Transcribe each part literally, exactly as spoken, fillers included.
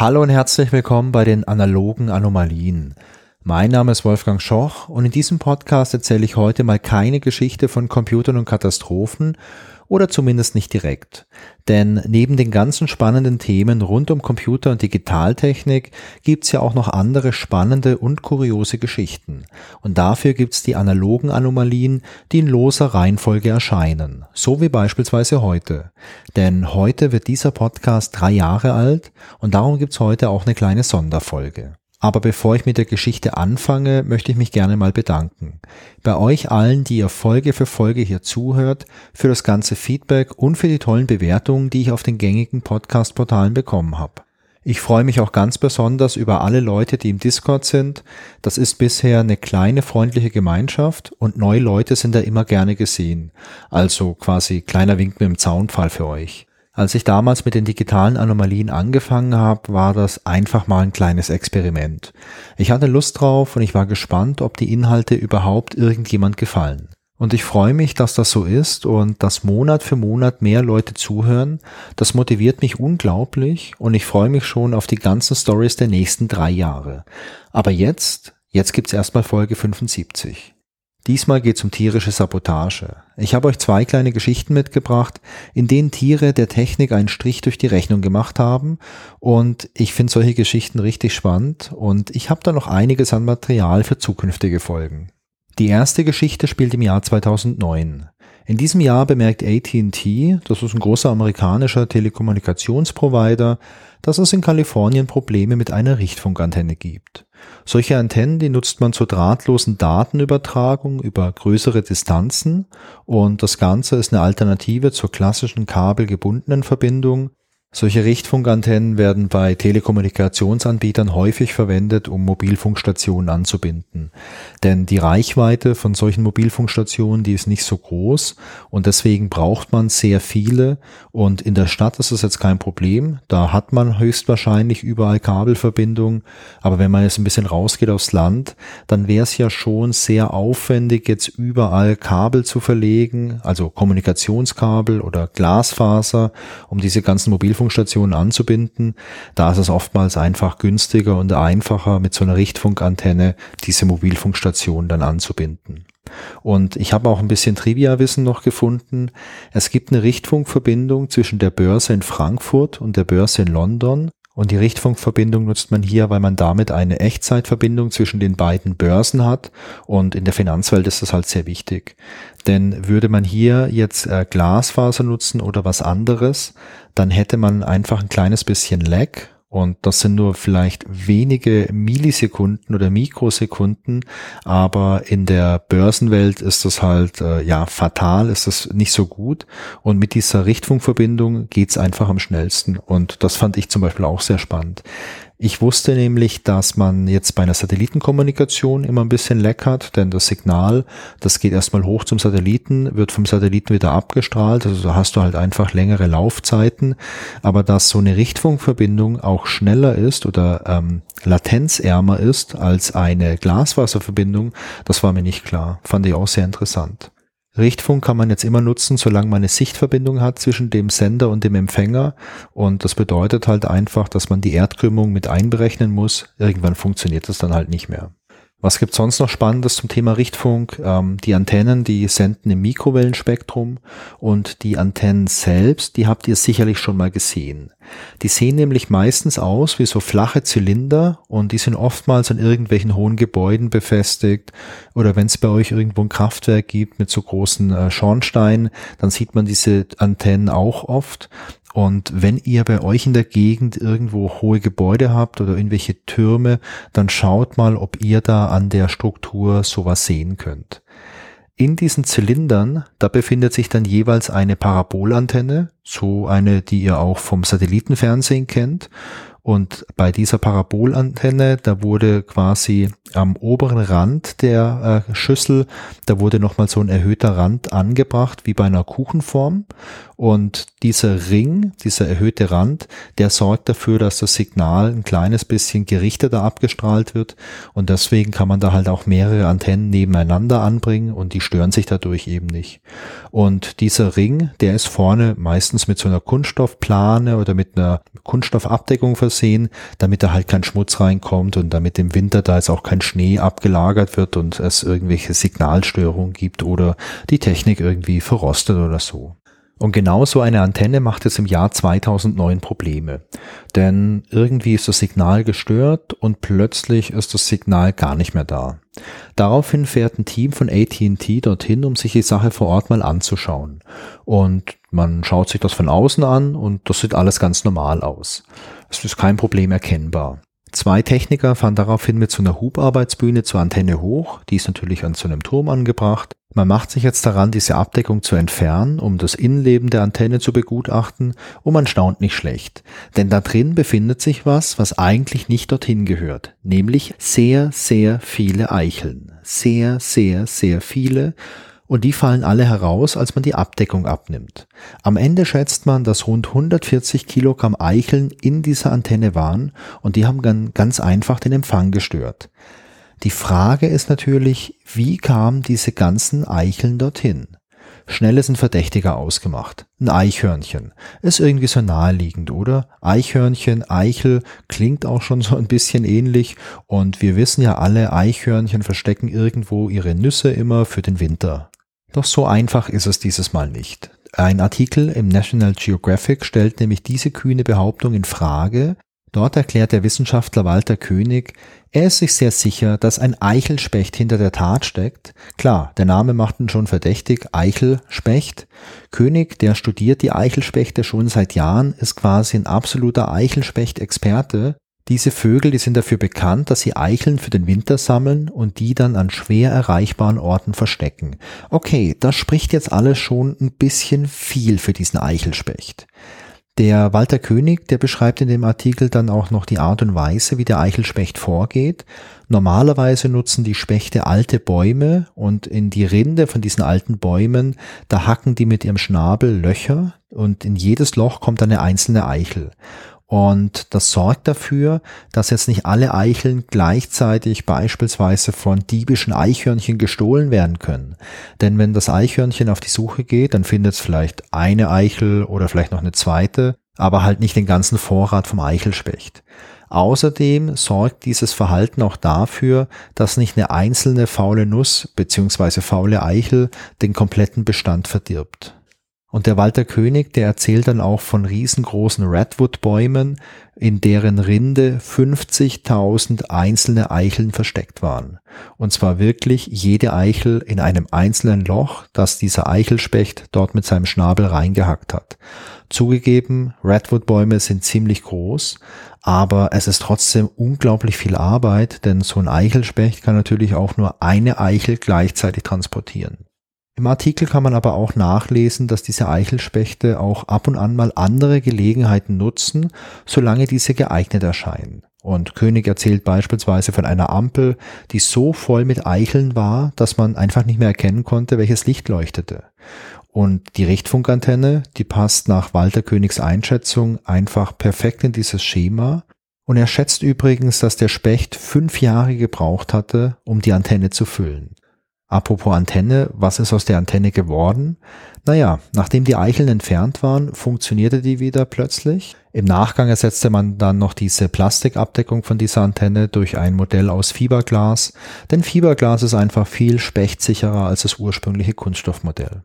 Hallo und herzlich willkommen bei den analogen Anomalien. Mein Name ist Wolfgang Schoch und in diesem Podcast erzähle ich heute mal keine Geschichte von Computern und Katastrophen oder zumindest nicht direkt. Denn neben den ganzen spannenden Themen rund um Computer und Digitaltechnik gibt's ja auch noch andere spannende und kuriose Geschichten. Und dafür gibt's die analogen Anomalien, die in loser Reihenfolge erscheinen. So wie beispielsweise heute. Denn heute wird dieser Podcast drei Jahre alt und darum gibt's heute auch eine kleine Sonderfolge. Aber bevor ich mit der Geschichte anfange, möchte ich mich gerne mal bedanken. Bei euch allen, die ihr Folge für Folge hier zuhört, für das ganze Feedback und für die tollen Bewertungen, die ich auf den gängigen Podcast-Portalen bekommen habe. Ich freue mich auch ganz besonders über alle Leute, die im Discord sind. Das ist bisher eine kleine, freundliche Gemeinschaft und neue Leute sind da immer gerne gesehen. Also quasi kleiner Wink mit dem Zaunpfahl für euch. Als ich damals mit den digitalen Anomalien angefangen habe, war das einfach mal ein kleines Experiment. Ich hatte Lust drauf und ich war gespannt, ob die Inhalte überhaupt irgendjemand gefallen. Und ich freue mich, dass das so ist und dass Monat für Monat mehr Leute zuhören. Das motiviert mich unglaublich und ich freue mich schon auf die ganzen Stories der nächsten drei Jahre. Aber jetzt, jetzt gibt's erstmal Folge fünfundsiebzig. Diesmal geht es um tierische Sabotage. Ich habe euch zwei kleine Geschichten mitgebracht, in denen Tiere der Technik einen Strich durch die Rechnung gemacht haben und ich finde solche Geschichten richtig spannend und ich habe da noch einiges an Material für zukünftige Folgen. Die erste Geschichte spielt im Jahr zweitausendneun. In diesem Jahr bemerkt A T and T, das ist ein großer amerikanischer Telekommunikationsprovider, dass es in Kalifornien Probleme mit einer Richtfunkantenne gibt. Solche Antennen, die nutzt man zur drahtlosen Datenübertragung über größere Distanzen und das Ganze ist eine Alternative zur klassischen kabelgebundenen Verbindung. Solche Richtfunkantennen werden bei Telekommunikationsanbietern häufig verwendet, um Mobilfunkstationen anzubinden. Denn die Reichweite von solchen Mobilfunkstationen, die ist nicht so groß und deswegen braucht man sehr viele und in der Stadt ist das jetzt kein Problem. Da hat man höchstwahrscheinlich überall Kabelverbindungen, aber wenn man jetzt ein bisschen rausgeht aufs Land, dann wäre es ja schon sehr aufwendig, jetzt überall Kabel zu verlegen, also Kommunikationskabel oder Glasfaser, um diese ganzen Mobilfunkstationen Stationen anzubinden. Da ist es oftmals einfach günstiger und einfacher, mit so einer Richtfunkantenne diese Mobilfunkstation dann anzubinden. Und ich habe auch ein bisschen Trivia-Wissen noch gefunden. Es gibt eine Richtfunkverbindung zwischen der Börse in Frankfurt und der Börse in London. Und die Richtfunkverbindung nutzt man hier, weil man damit eine Echtzeitverbindung zwischen den beiden Börsen hat. Und in der Finanzwelt ist das halt sehr wichtig. Denn würde man hier jetzt äh, Glasfaser nutzen oder was anderes, dann hätte man einfach ein kleines bisschen Lag. Und das sind nur vielleicht wenige Millisekunden oder Mikrosekunden, aber in der Börsenwelt ist das halt äh, ja fatal, ist das nicht so gut. Und mit dieser Richtfunkverbindung geht's einfach am schnellsten. Und das fand ich zum Beispiel auch sehr spannend. Ich wusste nämlich, dass man jetzt bei einer Satellitenkommunikation immer ein bisschen Lag hat, denn das Signal, das geht erstmal hoch zum Satelliten, wird vom Satelliten wieder abgestrahlt, also da hast du halt einfach längere Laufzeiten, aber dass so eine Richtfunkverbindung auch schneller ist oder ähm, latenzärmer ist als eine Glasfaserverbindung, das war mir nicht klar, fand ich auch sehr interessant. Richtfunk kann man jetzt immer nutzen, solange man eine Sichtverbindung hat zwischen dem Sender und dem Empfänger und das bedeutet halt einfach, dass man die Erdkrümmung mit einberechnen muss. Irgendwann funktioniert das dann halt nicht mehr. Was gibt's sonst noch Spannendes zum Thema Richtfunk? Ähm, die Antennen, die senden im Mikrowellenspektrum und die Antennen selbst, die habt ihr sicherlich schon mal gesehen. Die sehen nämlich meistens aus wie so flache Zylinder und die sind oftmals an irgendwelchen hohen Gebäuden befestigt oder wenn es bei euch irgendwo ein Kraftwerk gibt mit so großen äh, Schornsteinen, dann sieht man diese Antennen auch oft. Und wenn ihr bei euch in der Gegend irgendwo hohe Gebäude habt oder irgendwelche Türme, dann schaut mal, ob ihr da an der Struktur sowas sehen könnt. In diesen Zylindern, da befindet sich dann jeweils eine Parabolantenne, so eine, die ihr auch vom Satellitenfernsehen kennt. Und bei dieser Parabolantenne, da wurde quasi am oberen Rand der äh, Schüssel, da wurde nochmal so ein erhöhter Rand angebracht, wie bei einer Kuchenform. Und dieser Ring, dieser erhöhte Rand, der sorgt dafür, dass das Signal ein kleines bisschen gerichteter abgestrahlt wird. Und deswegen kann man da halt auch mehrere Antennen nebeneinander anbringen und die stören sich dadurch eben nicht. Und dieser Ring, der ist vorne meistens meistens mit so einer Kunststoffplane oder mit einer Kunststoffabdeckung versehen, damit da halt kein Schmutz reinkommt und damit im Winter da jetzt auch kein Schnee abgelagert wird und es irgendwelche Signalstörungen gibt oder die Technik irgendwie verrostet oder so. Und genau so eine Antenne macht jetzt im Jahr zweitausendneun Probleme, denn irgendwie ist das Signal gestört und plötzlich ist das Signal gar nicht mehr da. Daraufhin fährt ein Team von A T and T dorthin, um sich die Sache vor Ort mal anzuschauen. Und man schaut sich das von außen an und das sieht alles ganz normal aus. Es ist kein Problem erkennbar. Zwei Techniker fahren daraufhin mit so einer Hubarbeitsbühne zur Antenne hoch, die ist natürlich an so einem Turm angebracht. Man macht sich jetzt daran, diese Abdeckung zu entfernen, um das Innenleben der Antenne zu begutachten, und man staunt nicht schlecht. Denn da drin befindet sich was, was eigentlich nicht dorthin gehört, nämlich sehr, sehr viele Eicheln. Sehr, sehr, sehr viele. Und die fallen alle heraus, als man die Abdeckung abnimmt. Am Ende schätzt man, dass rund hundertvierzig Kilogramm Eicheln in dieser Antenne waren und die haben dann ganz einfach den Empfang gestört. Die Frage ist natürlich, wie kamen diese ganzen Eicheln dorthin? Schnell ist ein Verdächtiger ausgemacht. Ein Eichhörnchen. Ist irgendwie so naheliegend, oder? Eichhörnchen, Eichel, klingt auch schon so ein bisschen ähnlich. Und wir wissen ja alle, Eichhörnchen verstecken irgendwo ihre Nüsse immer für den Winter. Doch so einfach ist es dieses Mal nicht. Ein Artikel im National Geographic stellt nämlich diese kühne Behauptung in Frage. Dort erklärt der Wissenschaftler Walter König, er ist sich sehr sicher, dass ein Eichelspecht hinter der Tat steckt. Klar, der Name macht ihn schon verdächtig, Eichelspecht. König, der studiert die Eichelspechte schon seit Jahren, ist quasi ein absoluter Eichelspecht-Experte. Diese Vögel, die sind dafür bekannt, dass sie Eicheln für den Winter sammeln und die dann an schwer erreichbaren Orten verstecken. Okay, das spricht jetzt alles schon ein bisschen viel für diesen Eichelspecht. Der Walter König, der beschreibt in dem Artikel dann auch noch die Art und Weise, wie der Eichelspecht vorgeht. Normalerweise nutzen die Spechte alte Bäume und in die Rinde von diesen alten Bäumen, da hacken die mit ihrem Schnabel Löcher und in jedes Loch kommt eine einzelne Eichel. Und das sorgt dafür, dass jetzt nicht alle Eicheln gleichzeitig beispielsweise von diebischen Eichhörnchen gestohlen werden können. Denn wenn das Eichhörnchen auf die Suche geht, dann findet es vielleicht eine Eichel oder vielleicht noch eine zweite, aber halt nicht den ganzen Vorrat vom Eichelspecht. Außerdem sorgt dieses Verhalten auch dafür, dass nicht eine einzelne faule Nuss bzw. faule Eichel den kompletten Bestand verdirbt. Und der Walter König, der erzählt dann auch von riesengroßen Redwood-Bäumen, in deren Rinde fünfzigtausend einzelne Eicheln versteckt waren. Und zwar wirklich jede Eichel in einem einzelnen Loch, das dieser Eichelspecht dort mit seinem Schnabel reingehackt hat. Zugegeben, Redwood-Bäume sind ziemlich groß, aber es ist trotzdem unglaublich viel Arbeit, denn so ein Eichelspecht kann natürlich auch nur eine Eichel gleichzeitig transportieren. Im Artikel kann man aber auch nachlesen, dass diese Eichelspechte auch ab und an mal andere Gelegenheiten nutzen, solange diese geeignet erscheinen. Und König erzählt beispielsweise von einer Ampel, die so voll mit Eicheln war, dass man einfach nicht mehr erkennen konnte, welches Licht leuchtete. Und die Richtfunkantenne, die passt nach Walter Königs Einschätzung einfach perfekt in dieses Schema. Und er schätzt übrigens, dass der Specht fünf Jahre gebraucht hatte, um die Antenne zu füllen. Apropos Antenne, was ist aus der Antenne geworden? Naja, nachdem die Eicheln entfernt waren, funktionierte die wieder plötzlich. Im Nachgang ersetzte man dann noch diese Plastikabdeckung von dieser Antenne durch ein Modell aus Fiberglas, denn Fiberglas ist einfach viel spechtsicherer als das ursprüngliche Kunststoffmodell.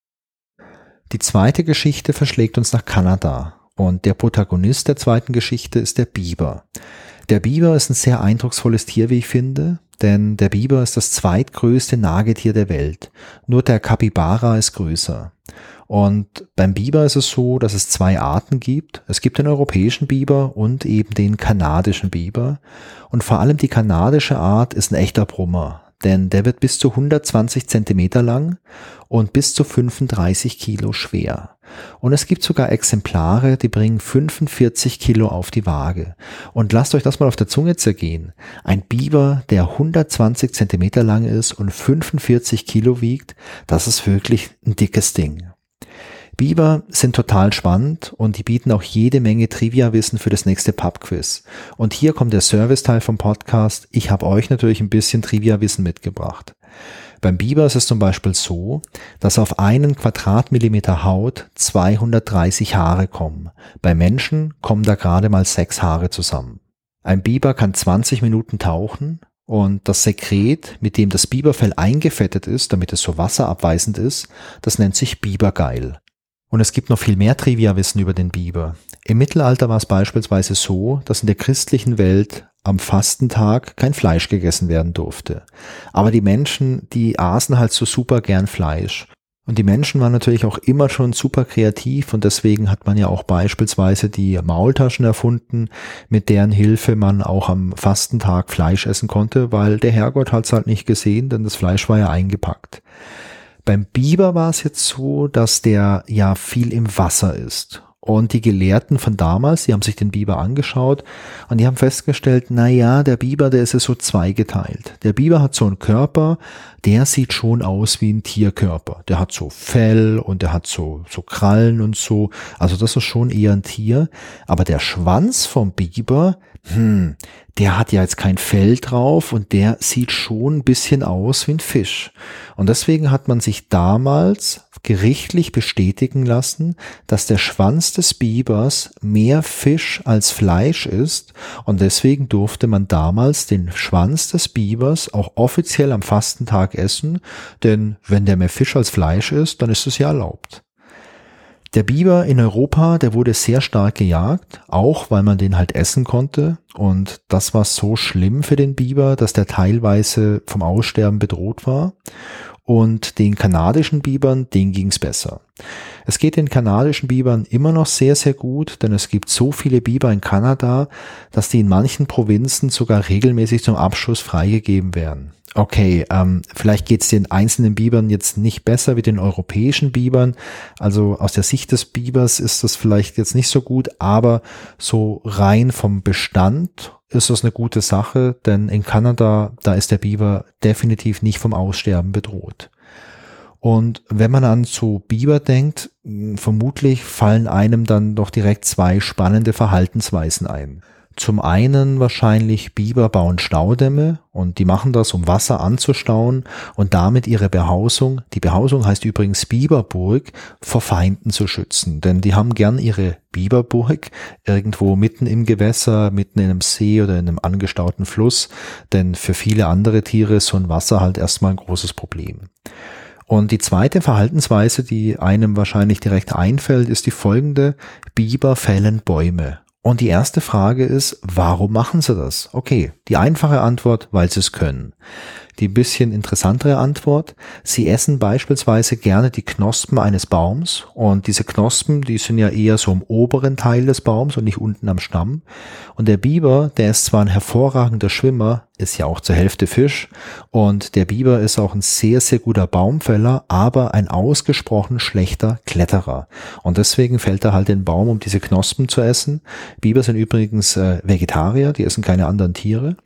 Die zweite Geschichte verschlägt uns nach Kanada und der Protagonist der zweiten Geschichte ist der Biber. Der Biber ist ein sehr eindrucksvolles Tier, wie ich finde, denn der Biber ist das zweitgrößte Nagetier der Welt. Nur der Capybara ist größer. Und beim Biber ist es so, dass es zwei Arten gibt. Es gibt den europäischen Biber und eben den kanadischen Biber. Und vor allem die kanadische Art ist ein echter Brummer, denn der wird bis zu hundertzwanzig Zentimeter lang und bis zu fünfunddreißig Kilo schwer. Und es gibt sogar Exemplare, die bringen fünfundvierzig Kilo auf die Waage. Und lasst euch das mal auf der Zunge zergehen. Ein Biber, der hundertzwanzig Zentimeter lang ist und fünfundvierzig Kilo wiegt, das ist wirklich ein dickes Ding. Biber sind total spannend und die bieten auch jede Menge Trivia-Wissen für das nächste Pub-Quiz. Und hier kommt der Serviceteil vom Podcast. Ich habe euch natürlich ein bisschen Trivia-Wissen mitgebracht. Beim Biber ist es zum Beispiel so, dass auf einen Quadratmillimeter Haut zweihundertdreißig Haare kommen. Bei Menschen kommen da gerade mal sechs Haare zusammen. Ein Biber kann zwanzig Minuten tauchen und das Sekret, mit dem das Biberfell eingefettet ist, damit es so wasserabweisend ist, das nennt sich Bibergeil. Und es gibt noch viel mehr Trivia-Wissen über den Biber. Im Mittelalter war es beispielsweise so, dass in der christlichen Welt am Fastentag kein Fleisch gegessen werden durfte. Aber die Menschen, die aßen halt so super gern Fleisch. Und die Menschen waren natürlich auch immer schon super kreativ und deswegen hat man ja auch beispielsweise die Maultaschen erfunden, mit deren Hilfe man auch am Fastentag Fleisch essen konnte, weil der Herrgott hat es halt nicht gesehen, denn das Fleisch war ja eingepackt. Beim Biber war es jetzt so, dass der ja viel im Wasser ist. Und die Gelehrten von damals, die haben sich den Biber angeschaut und die haben festgestellt, na ja, der Biber, der ist ja so zweigeteilt. Der Biber hat so einen Körper, der sieht schon aus wie ein Tierkörper. Der hat so Fell und der hat so, so Krallen und so. Also das ist schon eher ein Tier. Aber der Schwanz vom Biber, hm, der hat ja jetzt kein Fell drauf und der sieht schon ein bisschen aus wie ein Fisch. Und deswegen hat man sich damals gerichtlich bestätigen lassen, dass der Schwanz des Bibers mehr Fisch als Fleisch ist und deswegen durfte man damals den Schwanz des Bibers auch offiziell am Fastentag essen, denn wenn der mehr Fisch als Fleisch ist, dann ist es ja erlaubt. Der Biber in Europa, der wurde sehr stark gejagt, auch weil man den halt essen konnte und das war so schlimm für den Biber, dass der teilweise vom Aussterben bedroht war. Und den kanadischen Bibern, denen ging's besser. Es geht den kanadischen Bibern immer noch sehr, sehr gut, denn es gibt so viele Biber in Kanada, dass die in manchen Provinzen sogar regelmäßig zum Abschuss freigegeben werden. Okay, ähm, vielleicht geht's den einzelnen Bibern jetzt nicht besser wie den europäischen Bibern. Also aus der Sicht des Bibers ist das vielleicht jetzt nicht so gut, aber so rein vom Bestand ist das eine gute Sache, denn in Kanada, da ist der Biber definitiv nicht vom Aussterben bedroht. Und wenn man an so Biber denkt, vermutlich fallen einem dann doch direkt zwei spannende Verhaltensweisen ein. Zum einen wahrscheinlich Biber bauen Staudämme und die machen das, um Wasser anzustauen und damit ihre Behausung, die Behausung heißt übrigens Biberburg, vor Feinden zu schützen. Denn die haben gern ihre Biberburg irgendwo mitten im Gewässer, mitten in einem See oder in einem angestauten Fluss, denn für viele andere Tiere ist so ein Wasser halt erstmal ein großes Problem. Und die zweite Verhaltensweise, die einem wahrscheinlich direkt einfällt, ist die folgende: Biber fällen Bäume. Und die erste Frage ist, warum machen sie das? Okay, die einfache Antwort, weil sie es können. Die bisschen interessantere Antwort, sie essen beispielsweise gerne die Knospen eines Baums und diese Knospen, die sind ja eher so im oberen Teil des Baums und nicht unten am Stamm. Und der Biber, der ist zwar ein hervorragender Schwimmer, ist ja auch zur Hälfte Fisch und der Biber ist auch ein sehr, sehr guter Baumfäller, aber ein ausgesprochen schlechter Kletterer. Und deswegen fällt er halt den Baum, um diese Knospen zu essen. Biber sind übrigens äh, Vegetarier, die essen keine anderen Tiere.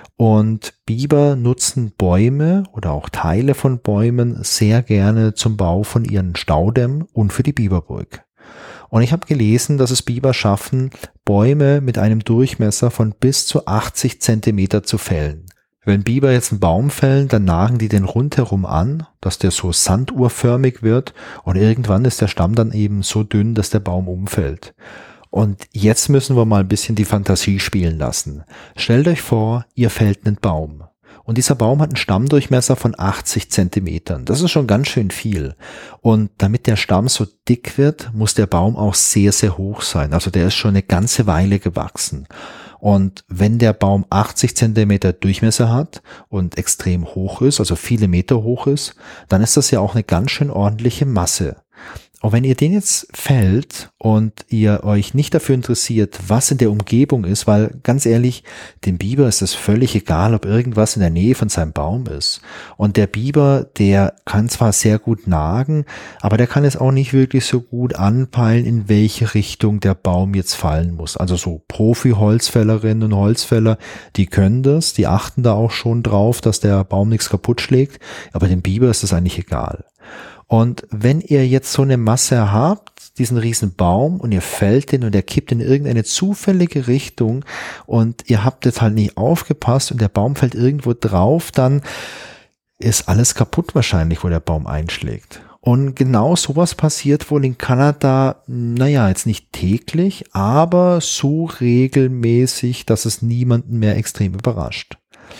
Und Biber nutzen Bäume oder auch Teile von Bäumen sehr gerne zum Bau von ihren Staudämmen und für die Biberburg. Und ich habe gelesen, dass es Biber schaffen, Bäume mit einem Durchmesser von bis zu achtzig Zentimeter zu fällen. Wenn Biber jetzt einen Baum fällen, dann nagen die den rundherum an, dass der so sanduhrförmig wird und irgendwann ist der Stamm dann eben so dünn, dass der Baum umfällt. Und jetzt müssen wir mal ein bisschen die Fantasie spielen lassen. Stellt euch vor, ihr fällt einen Baum. Und dieser Baum hat einen Stammdurchmesser von achtzig Zentimetern. Das ist schon ganz schön viel. Und damit der Stamm so dick wird, muss der Baum auch sehr, sehr hoch sein. Also der ist schon eine ganze Weile gewachsen. Und wenn der Baum achtzig Zentimeter Durchmesser hat und extrem hoch ist, also viele Meter hoch ist, dann ist das ja auch eine ganz schön ordentliche Masse. Und wenn ihr den jetzt fällt und ihr euch nicht dafür interessiert, was in der Umgebung ist, weil ganz ehrlich, dem Biber ist es völlig egal, ob irgendwas in der Nähe von seinem Baum ist. Und der Biber, der kann zwar sehr gut nagen, aber der kann es auch nicht wirklich so gut anpeilen, in welche Richtung der Baum jetzt fallen muss. Also so Profi-Holzfällerinnen und Holzfäller, die können das, die achten da auch schon drauf, dass der Baum nichts kaputt schlägt, aber dem Biber ist es eigentlich egal. Und wenn ihr jetzt so eine Masse habt, diesen riesen Baum, und ihr fällt den und der kippt in irgendeine zufällige Richtung und ihr habt jetzt halt nicht aufgepasst und der Baum fällt irgendwo drauf, dann ist alles kaputt wahrscheinlich, wo der Baum einschlägt. Und genau sowas passiert wohl in Kanada, naja, jetzt nicht täglich, aber so regelmäßig, dass es niemanden mehr extrem überrascht.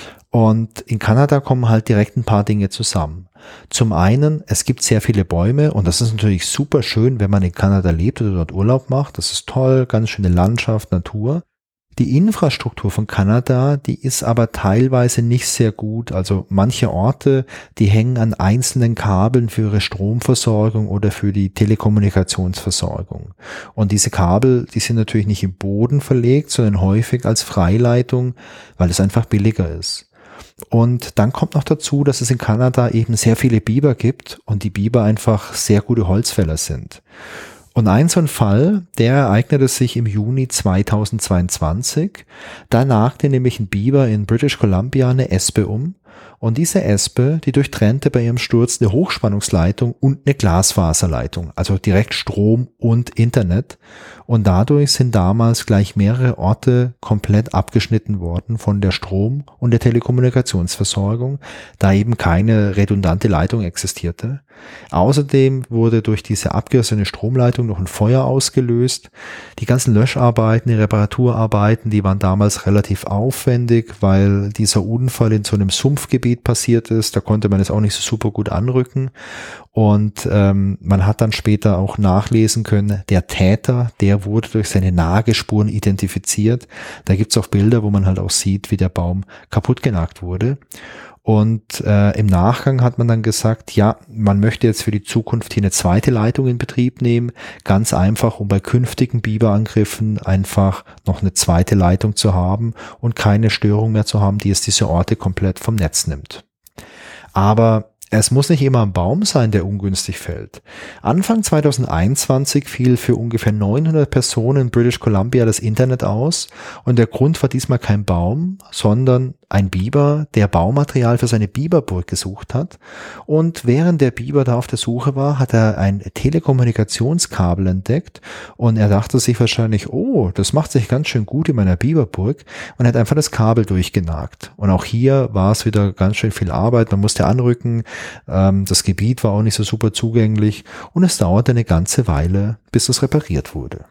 Und in Kanada kommen halt direkt ein paar Dinge zusammen. Zum einen, es gibt sehr viele Bäume und das ist natürlich super schön, wenn man in Kanada lebt oder dort Urlaub macht. Das ist toll, ganz schöne Landschaft, Natur. Die Infrastruktur von Kanada, die ist aber teilweise nicht sehr gut. Also manche Orte, die hängen an einzelnen Kabeln für ihre Stromversorgung oder für die Telekommunikationsversorgung. Und diese Kabel, die sind natürlich nicht im Boden verlegt, sondern häufig als Freileitung, weil es einfach billiger ist. Und dann kommt noch dazu, dass es in Kanada eben sehr viele Biber gibt und die Biber einfach sehr gute Holzfäller sind. Und ein so ein Fall, der ereignete sich im Juni zweitausendzweiundzwanzig. Da nagte nämlich ein Biber in British Columbia eine Espe um. Und diese Espe, die durchtrennte bei ihrem Sturz eine Hochspannungsleitung und eine Glasfaserleitung, also direkt Strom und Internet. Und dadurch sind damals gleich mehrere Orte komplett abgeschnitten worden von der Strom- und der Telekommunikationsversorgung, da eben keine redundante Leitung existierte. Außerdem wurde durch diese abgerissene Stromleitung noch ein Feuer ausgelöst. Die ganzen Löscharbeiten, die Reparaturarbeiten, die waren damals relativ aufwendig, weil dieser Unfall in so einem Sumpfgebiet passiert ist. Da konnte man es auch nicht so super gut anrücken. Und ähm, man hat dann später auch nachlesen können, der Täter, der wurde durch seine Nagespuren identifiziert. Da gibt's auch Bilder, wo man halt auch sieht, wie der Baum kaputt genagt wurde. Und äh, im Nachgang hat man dann gesagt, ja, man möchte jetzt für die Zukunft hier eine zweite Leitung in Betrieb nehmen, ganz einfach, um bei künftigen Biberangriffen einfach noch eine zweite Leitung zu haben und keine Störung mehr zu haben, die es diese Orte komplett vom Netz nimmt. Aber es muss nicht immer ein Baum sein, der ungünstig fällt. Anfang zweitausendeinundzwanzig fiel für ungefähr neunhundert Personen in British Columbia das Internet aus und der Grund war diesmal kein Baum, sondern ein Biber, der Baumaterial für seine Biberburg gesucht hat. Und während der Biber da auf der Suche war, hat er ein Telekommunikationskabel entdeckt und er dachte sich wahrscheinlich, oh, das macht sich ganz schön gut in meiner Biberburg und hat einfach das Kabel durchgenagt. Und auch hier war es wieder ganz schön viel Arbeit, man musste anrücken, ähm, das Gebiet war auch nicht so super zugänglich und es dauerte eine ganze Weile, bis es repariert wurde.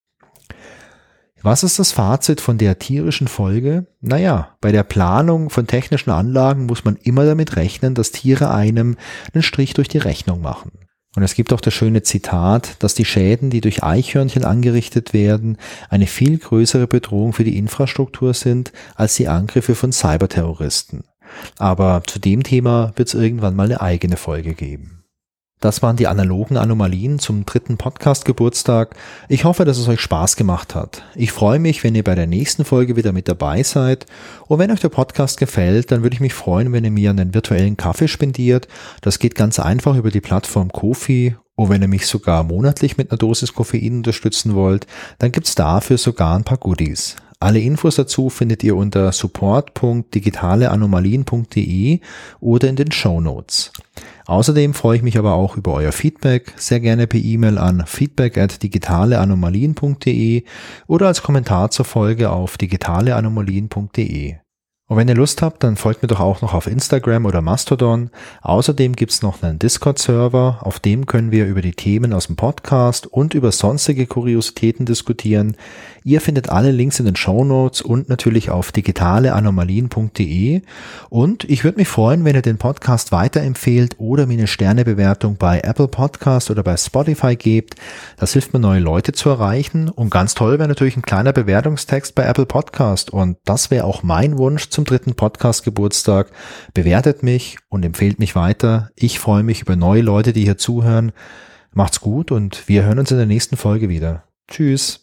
Was ist das Fazit von der tierischen Folge? Naja, bei der Planung von technischen Anlagen muss man immer damit rechnen, dass Tiere einem einen Strich durch die Rechnung machen. Und es gibt auch das schöne Zitat, dass die Schäden, die durch Eichhörnchen angerichtet werden, eine viel größere Bedrohung für die Infrastruktur sind, als die Angriffe von Cyberterroristen. Aber zu dem Thema wird es irgendwann mal eine eigene Folge geben. Das waren die analogen Anomalien zum dritten Podcast-Geburtstag. Ich hoffe, dass es euch Spaß gemacht hat. Ich freue mich, wenn ihr bei der nächsten Folge wieder mit dabei seid. Und wenn euch der Podcast gefällt, dann würde ich mich freuen, wenn ihr mir einen virtuellen Kaffee spendiert. Das geht ganz einfach über die Plattform Ko-fi. Und wenn ihr mich sogar monatlich mit einer Dosis Koffein unterstützen wollt, dann gibt's dafür sogar ein paar Goodies. Alle Infos dazu findet ihr unter support punkt digitale anomalien punkt de oder in den Shownotes. Außerdem freue ich mich aber auch über euer Feedback, sehr gerne per E-Mail an feedback at digitale anomalien punkt de oder als Kommentar zur Folge auf digitale anomalien punkt de. Und wenn ihr Lust habt, dann folgt mir doch auch noch auf Instagram oder Mastodon. Außerdem gibt's noch einen Discord-Server, auf dem können wir über die Themen aus dem Podcast und über sonstige Kuriositäten diskutieren. Ihr findet alle Links in den Shownotes und natürlich auf digitale anomalien punkt de. Und ich würde mich freuen, wenn ihr den Podcast weiterempfehlt oder mir eine Sternebewertung bei Apple Podcast oder bei Spotify gebt. Das hilft mir, neue Leute zu erreichen. Und ganz toll wäre natürlich ein kleiner Bewertungstext bei Apple Podcast. Und das wäre auch mein Wunsch zum dritten Podcast-Geburtstag. Bewertet mich und empfehlt mich weiter. Ich freue mich über neue Leute, die hier zuhören. Macht's gut und wir hören uns in der nächsten Folge wieder. Tschüss.